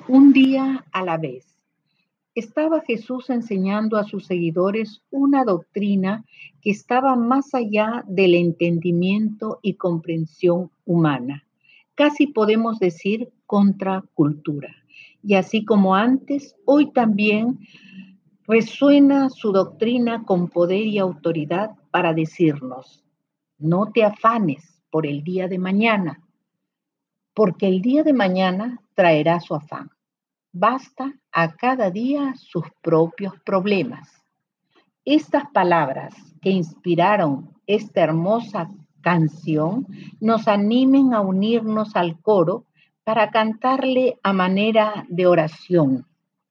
Un día a la vez. Estaba Jesús enseñando a sus seguidores una doctrina que estaba más allá del entendimiento y comprensión humana. Casi podemos decir contra cultura. Y así como antes, hoy también resuena su doctrina con poder y autoridad para decirnos, no te afanes por el día de mañana, porque el día de mañana traerá su afán. Basta a cada día sus propios problemas. Estas palabras que inspiraron esta hermosa canción nos animen a unirnos al coro para cantarle a manera de oración.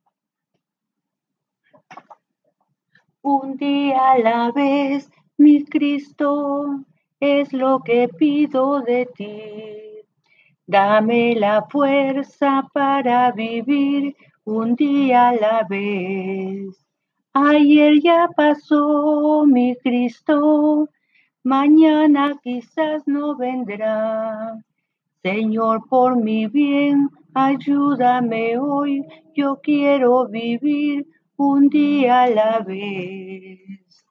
Un día a la vez, mi Cristo, es lo que pido de ti. Dame la fuerza para vivir un día a la vez. Ayer ya pasó mi Cristo, mañana quizás no vendrá. Señor, por mi bien, ayúdame hoy, yo quiero vivir un día a la vez.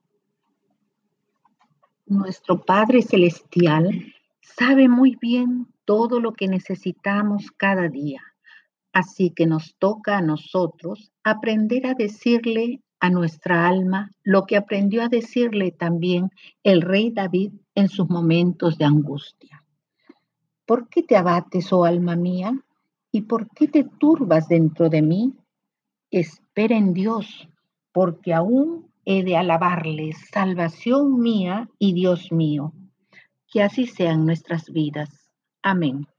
Nuestro Padre Celestial sabe muy bien todo lo que necesitamos cada día. Así que nos toca a nosotros aprender a decirle a nuestra alma lo que aprendió a decirle también el rey David en sus momentos de angustia. ¿Por qué te abates, oh alma mía? ¿Y por qué te turbas dentro de mí? Espera en Dios, porque aún he de alabarle, salvación mía y Dios mío. Que así sean nuestras vidas. Amén.